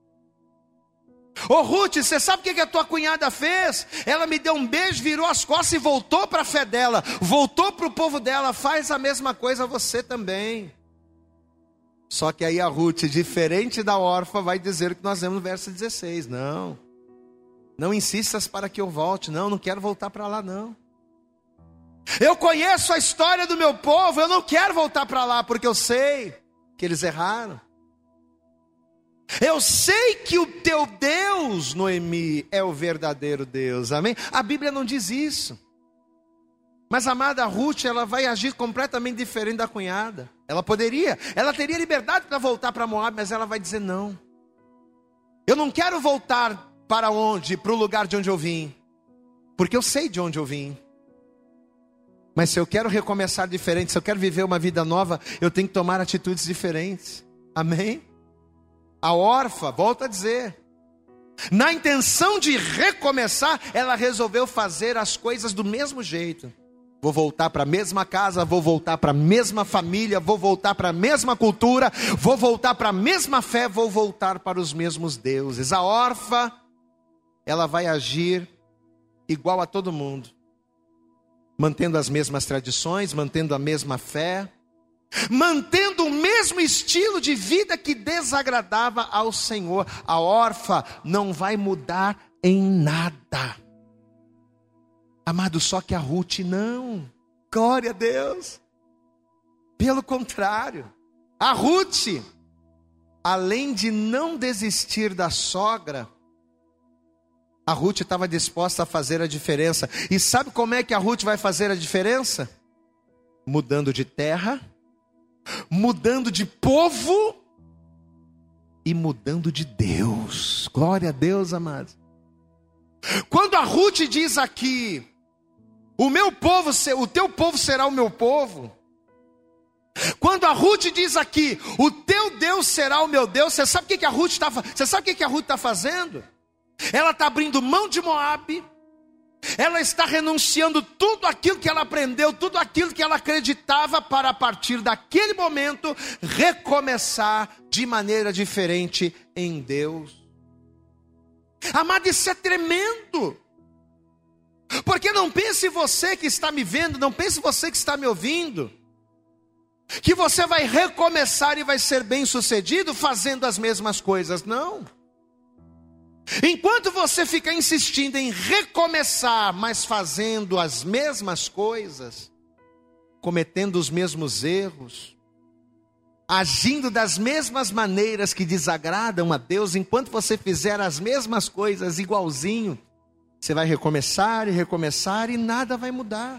Ô Ruth, você sabe o que a tua cunhada fez? Ela me deu um beijo, virou as costas e voltou para a fé dela. Voltou para o povo dela. Faz a mesma coisa você também. Só que aí a Ruth, diferente da Orfa, vai dizer o que nós vemos no verso dezesseis. Não, não insistas para que eu volte. Não, não quero voltar para lá não. Eu conheço a história do meu povo, eu não quero voltar para lá, porque eu sei que eles erraram. Eu sei que o teu Deus, Noemi, é o verdadeiro Deus, amém? A Bíblia não diz isso. Mas a amada Ruth, ela vai agir completamente diferente da cunhada. Ela poderia, ela teria liberdade para voltar para Moab, mas ela vai dizer não. Eu não quero voltar para onde? Para o lugar de onde eu vim. Porque eu sei de onde eu vim. Mas se eu quero recomeçar diferente, se eu quero viver uma vida nova, eu tenho que tomar atitudes diferentes. Amém? A órfã, volta a dizer, na intenção de recomeçar, ela resolveu fazer as coisas do mesmo jeito. Vou voltar para a mesma casa, vou voltar para a mesma família, vou voltar para a mesma cultura, vou voltar para a mesma fé, vou voltar para os mesmos deuses. A órfã, ela vai agir igual a todo mundo, mantendo as mesmas tradições, mantendo a mesma fé, mantendo o mesmo estilo de vida que desagradava ao Senhor. A órfã não vai mudar em nada. Amado, só que a Ruth não. Glória a Deus. Pelo contrário, a Ruth, além de não desistir da sogra, a Ruth estava disposta a fazer a diferença. E sabe como é que a Ruth vai fazer a diferença? Mudando de terra, mudando de povo e mudando de Deus. Glória a Deus, amados. Quando a Ruth diz aqui, o meu povo, o teu povo será o meu povo. Quando a Ruth diz aqui, o teu Deus será o meu Deus, você sabe o que a Ruth está fazendo? Você sabe o que a Ruth está fazendo? Ela está abrindo mão de Moab. Ela está renunciando tudo aquilo que ela aprendeu, tudo aquilo que ela acreditava, para a partir daquele momento recomeçar de maneira diferente em Deus. Amado, isso é tremendo. Porque não pense você que está me vendo, não pense você que está me ouvindo, que você vai recomeçar e vai ser bem sucedido fazendo as mesmas coisas. Não. Enquanto você ficar insistindo em recomeçar, mas fazendo as mesmas coisas, cometendo os mesmos erros, agindo das mesmas maneiras que desagradam a Deus, enquanto você fizer as mesmas coisas igualzinho, você vai recomeçar e recomeçar e nada vai mudar.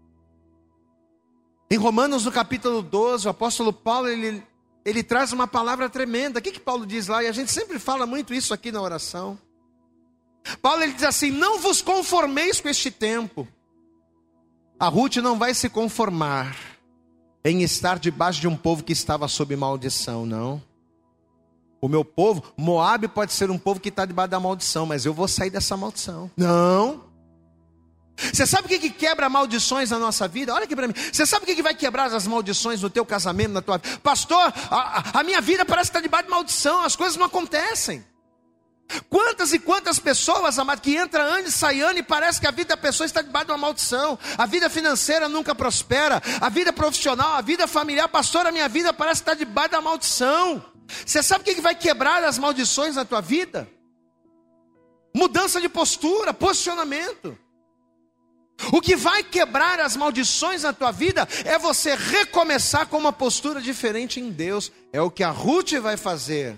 Em Romanos, no capítulo doze, o apóstolo Paulo, ele, ele traz uma palavra tremenda. O que que Paulo diz lá? E a gente sempre fala muito isso aqui na oração. Paulo, ele diz assim: não vos conformeis com este tempo. A Ruth não vai se conformar em estar debaixo de um povo que estava sob maldição, não. O meu povo, Moab pode ser um povo que está debaixo da maldição, mas eu vou sair dessa maldição. Não. Você sabe o que, que quebra maldições na nossa vida? Olha aqui para mim. Você sabe o que, que vai quebrar as maldições no teu casamento, na tua vida? Pastor, a, a minha vida parece que está debaixo de maldição, as coisas não acontecem. Quantas e quantas pessoas, amado, que entra ano e sai ano e parece que a vida da pessoa está debaixo de uma maldição. A vida financeira nunca prospera, a vida profissional, a vida familiar. Pastor, a minha vida parece que está debaixo da maldição. Você sabe o que vai quebrar as maldições na tua vida? Mudança de postura, posicionamento. O que vai quebrar as maldições na tua vida é você recomeçar com uma postura diferente em Deus. É o que a Ruth vai fazer.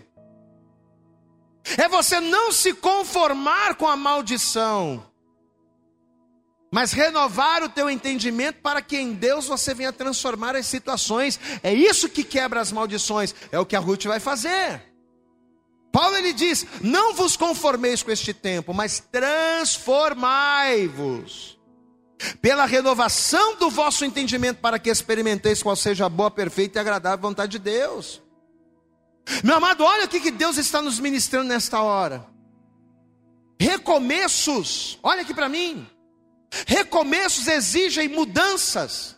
É você não se conformar com a maldição, mas renovar o teu entendimento para que em Deus você venha transformar as situações. É isso que quebra as maldições. É o que a Ruth vai fazer. Paulo, ele diz: não vos conformeis com este tempo, mas transformai-vos pela renovação do vosso entendimento, para que experimenteis qual seja a boa, perfeita e agradável vontade de Deus. Meu amado, olha o que Deus está nos ministrando nesta hora. Recomeços, olha aqui para mim. Recomeços exigem mudanças.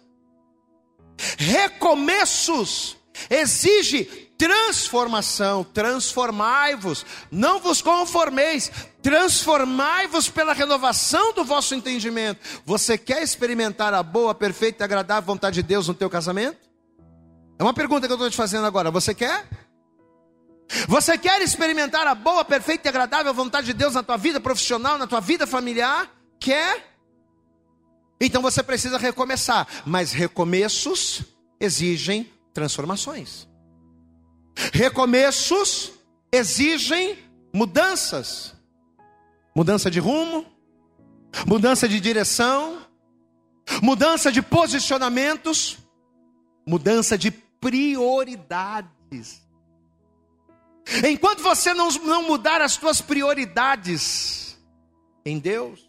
Recomeços exigem transformação. Transformai-vos, não vos conformeis. Transformai-vos pela renovação do vosso entendimento. Você quer experimentar a boa, perfeita e agradável vontade de Deus no teu casamento? É uma pergunta que eu estou te fazendo agora. Você quer? Você quer experimentar a boa, perfeita e agradável vontade de Deus na tua vida profissional, na tua vida familiar? Quer? Então você precisa recomeçar. Mas recomeços exigem transformações. Recomeços exigem mudanças. Mudança de rumo, mudança de direção, mudança de posicionamentos, mudança de prioridades. Enquanto você não, não mudar as tuas prioridades em Deus,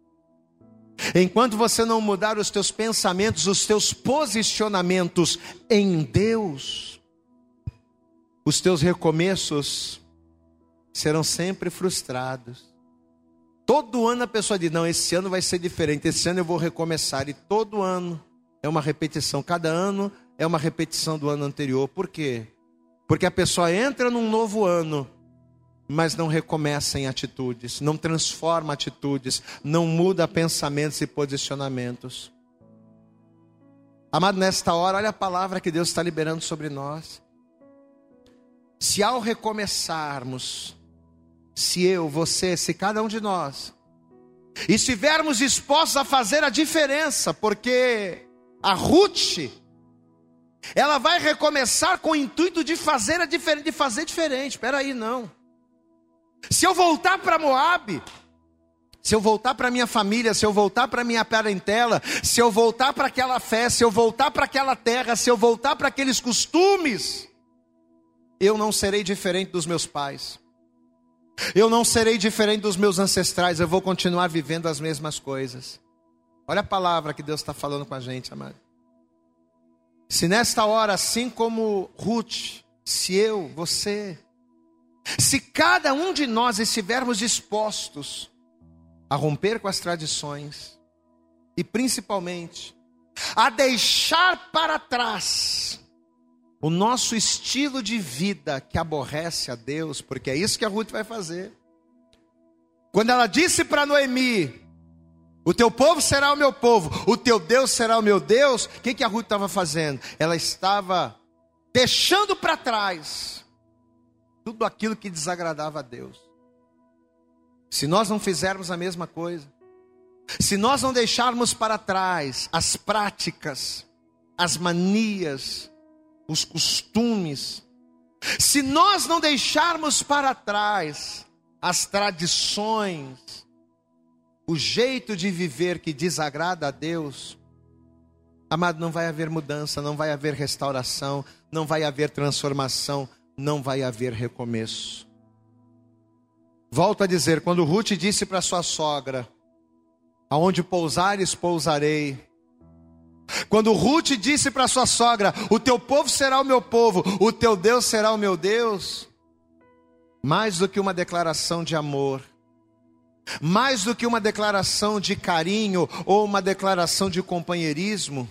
enquanto você não mudar os teus pensamentos, os teus posicionamentos em Deus, os teus recomeços serão sempre frustrados. Todo ano a pessoa diz, não, esse ano vai ser diferente, esse ano eu vou recomeçar. E todo ano é uma repetição, cada ano é uma repetição do ano anterior. Por quê? Porque a pessoa entra num novo ano, mas não recomeça em atitudes, não transforma atitudes, não muda pensamentos e posicionamentos. Amado, nesta hora, olha a palavra que Deus está liberando sobre nós. Se ao recomeçarmos, se eu, você, se cada um de nós estivermos dispostos a fazer a diferença, porque a Ruth, ela vai recomeçar com o intuito de fazer a diferença, de fazer diferente. Espera aí, não. Se eu voltar para Moabe, se eu voltar para minha família, se eu voltar para minha parentela, se eu voltar para aquela fé, se eu voltar para aquela terra, se eu voltar para aqueles costumes, eu não serei diferente dos meus pais. Eu não serei diferente dos meus ancestrais, eu vou continuar vivendo as mesmas coisas. Olha a palavra que Deus está falando com a gente, amado. Se nesta hora, assim como Ruth, se eu, você, se cada um de nós estivermos dispostos a romper com as tradições e principalmente a deixar para trás o nosso estilo de vida que aborrece a Deus, porque é isso que a Ruth vai fazer. Quando ela disse para Noemi, o teu povo será o meu povo, o teu Deus será o meu Deus, o que, que a Ruth estava fazendo? Ela estava deixando para trás tudo aquilo que desagradava a Deus. Se nós não fizermos a mesma coisa, se nós não deixarmos para trás as práticas, as manias, os costumes, se nós não deixarmos para trás as tradições, o jeito de viver que desagrada a Deus, amado, não vai haver mudança, não vai haver restauração, não vai haver transformação, não vai haver recomeço. Volto a dizer, quando Ruth disse para sua sogra, aonde pousares, pousarei. Quando Ruth disse para sua sogra, o teu povo será o meu povo, o teu Deus será o meu Deus, mais do que uma declaração de amor, mais do que uma declaração de carinho ou uma declaração de companheirismo,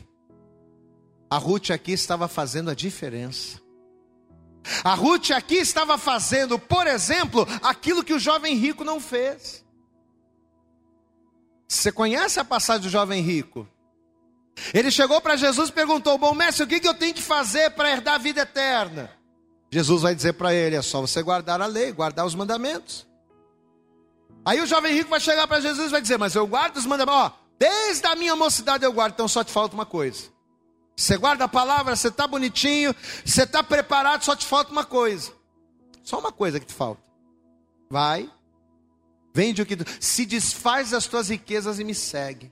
a Ruth aqui estava fazendo a diferença. A Ruth aqui estava fazendo, por exemplo, aquilo que o jovem rico não fez. Você conhece a passagem do jovem rico? Ele chegou para Jesus e perguntou, bom mestre, o que, que eu tenho que fazer para herdar a vida eterna? Jesus vai dizer para ele, é só você guardar a lei, guardar os mandamentos. Aí o jovem rico vai chegar para Jesus e vai dizer, mas eu guardo os mandamentos, ó, desde a minha mocidade eu guardo, então só te falta uma coisa. Você guarda a palavra, você está bonitinho, você está preparado, só te falta uma coisa. Só uma coisa que te falta. Vai, vende o que tu, se desfaz das tuas riquezas e me segue.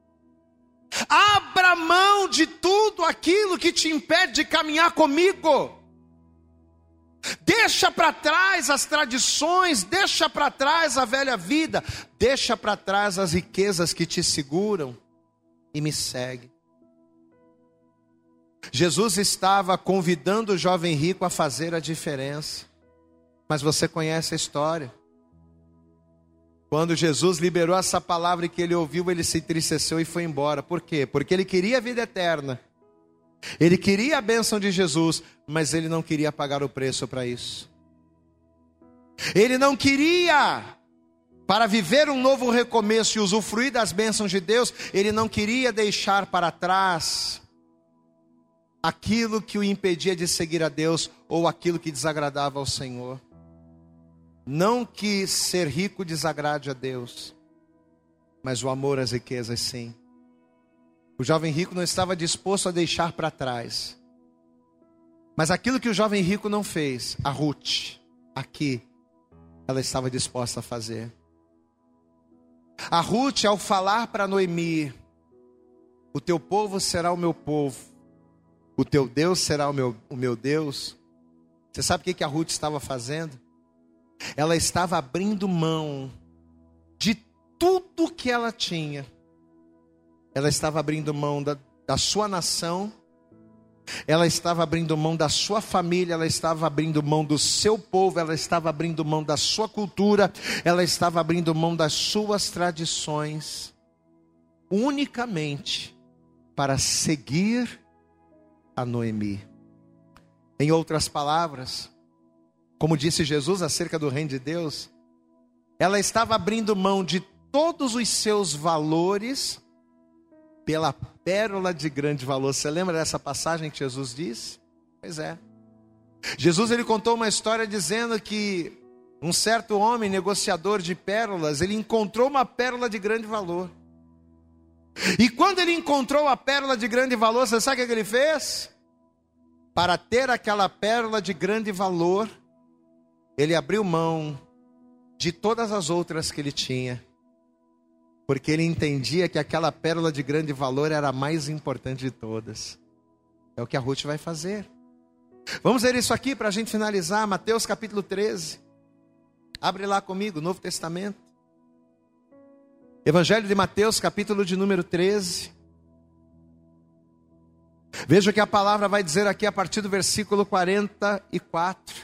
Abra mão de tudo aquilo que te impede de caminhar comigo. Deixa para trás as tradições, deixa para trás a velha vida, deixa para trás as riquezas que te seguram e me segue. Jesus estava convidando o jovem rico a fazer a diferença. Mas você conhece a história. Quando Jesus liberou essa palavra que ele ouviu, ele se entristeceu e foi embora. Por quê? Porque ele queria a vida eterna. Ele queria a bênção de Jesus, mas ele não queria pagar o preço para isso. Ele não queria, para viver um novo recomeço e usufruir das bênçãos de Deus, ele não queria deixar para trás aquilo que o impedia de seguir a Deus ou aquilo que desagradava ao Senhor. Não que ser rico desagrade a Deus, mas o amor às riquezas sim. O jovem rico não estava disposto a deixar para trás. Mas aquilo que o jovem rico não fez, a Ruth, aqui, ela estava disposta a fazer. A Ruth, ao falar para Noemi, o teu povo será o meu povo, o teu Deus será o meu, o meu Deus. Você sabe o que que a Ruth estava fazendo? Ela estava abrindo mão de tudo que ela tinha. Ela estava abrindo mão da, da sua nação. Ela estava abrindo mão da sua família. Ela estava abrindo mão do seu povo. Ela estava abrindo mão da sua cultura. Ela estava abrindo mão das suas tradições. Unicamente para seguir a Noemi. Em outras palavras, como disse Jesus acerca do reino de Deus, ela estava abrindo mão de todos os seus valores pela pérola de grande valor. Você lembra dessa passagem que Jesus disse? Pois é. Jesus ele contou uma história dizendo que um certo homem, negociador de pérolas, ele encontrou uma pérola de grande valor. E quando ele encontrou a pérola de grande valor, você sabe o que ele fez? Para ter aquela pérola de grande valor, ele abriu mão de todas as outras que ele tinha, porque ele entendia que aquela pérola de grande valor era a mais importante de todas. É o que a Ruth vai fazer. Vamos ver isso aqui para a gente finalizar. Mateus capítulo treze. Abre lá comigo, Novo Testamento. Evangelho de Mateus, capítulo de número treze. Veja o que a palavra vai dizer aqui a partir do versículo quarenta e quatro.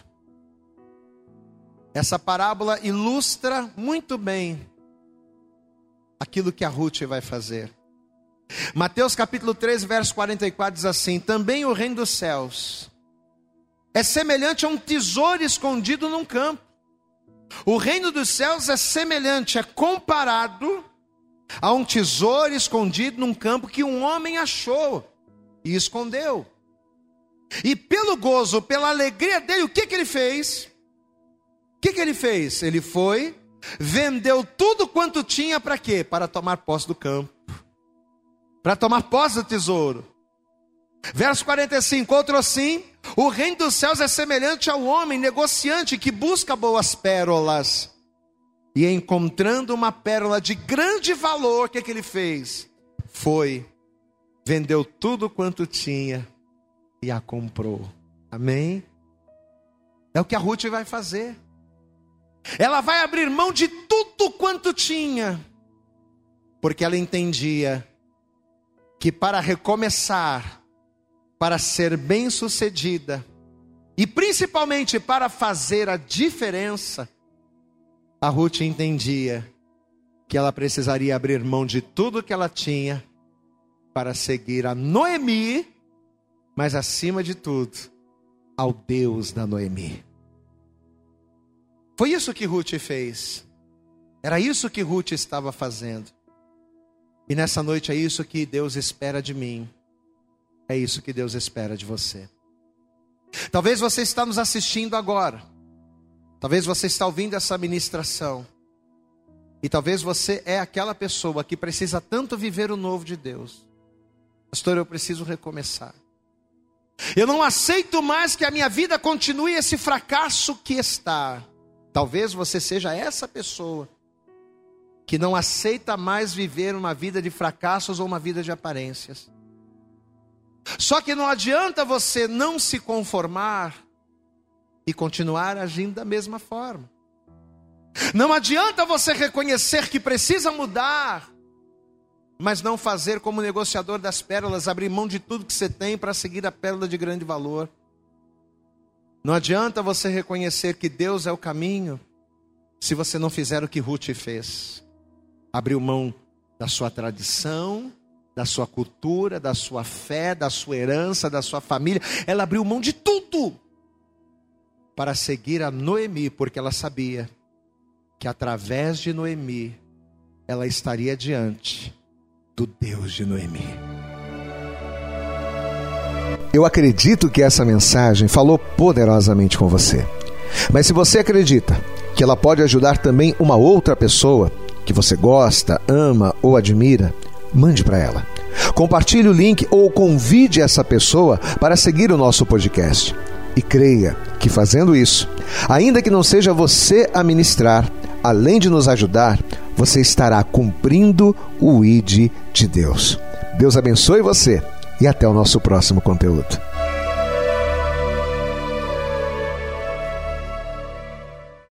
Essa parábola ilustra muito bem aquilo que a Ruth vai fazer. Mateus capítulo treze, verso quarenta e quatro diz assim: também o reino dos céus é semelhante a um tesouro escondido num campo. O reino dos céus é semelhante, é comparado a um tesouro escondido num campo que um homem achou e escondeu. E pelo gozo, pela alegria dele, o que que ele fez? O que que ele fez? Ele foi, vendeu tudo quanto tinha para quê? Para tomar posse do campo. Para tomar posse do tesouro. Verso quarenta e cinco, outro assim: o reino dos céus é semelhante ao homem negociante que busca boas pérolas. E encontrando uma pérola de grande valor, o que que ele fez? Foi, vendeu tudo quanto tinha e a comprou. Amém? É o que a Ruth vai fazer. Ela vai abrir mão de tudo quanto tinha, porque ela entendia que para recomeçar, para ser bem-sucedida e principalmente para fazer a diferença, a Ruth entendia que ela precisaria abrir mão de tudo que ela tinha para seguir a Noemi, mas acima de tudo, ao Deus da Noemi. Foi isso que Ruth fez. Era isso que Ruth estava fazendo. E nessa noite é isso que Deus espera de mim. É isso que Deus espera de você. Talvez você está nos assistindo agora. Talvez você está ouvindo essa ministração. E talvez você é aquela pessoa que precisa tanto viver o novo de Deus. Pastor, eu preciso recomeçar. Eu não aceito mais que a minha vida continue esse fracasso que está. Talvez você seja essa pessoa que não aceita mais viver uma vida de fracassos ou uma vida de aparências. Só que não adianta você não se conformar e continuar agindo da mesma forma. Não adianta você reconhecer que precisa mudar, mas não fazer como negociador das pérolas, abrir mão de tudo que você tem para seguir a pérola de grande valor. Não adianta você reconhecer que Deus é o caminho, se você não fizer o que Ruth fez. Abriu mão da sua tradição, da sua cultura, da sua fé, da sua herança, da sua família. Ela abriu mão de tudo para seguir a Noemi, porque ela sabia que através de Noemi, ela estaria diante do Deus de Noemi. Eu acredito que essa mensagem falou poderosamente com você. Mas se você acredita que ela pode ajudar também uma outra pessoa que você gosta, ama ou admira, mande para ela. Compartilhe o link ou convide essa pessoa para seguir o nosso podcast. E creia que fazendo isso, ainda que não seja você a ministrar, além de nos ajudar, você estará cumprindo o I D de Deus. Deus abençoe você e até o nosso próximo conteúdo.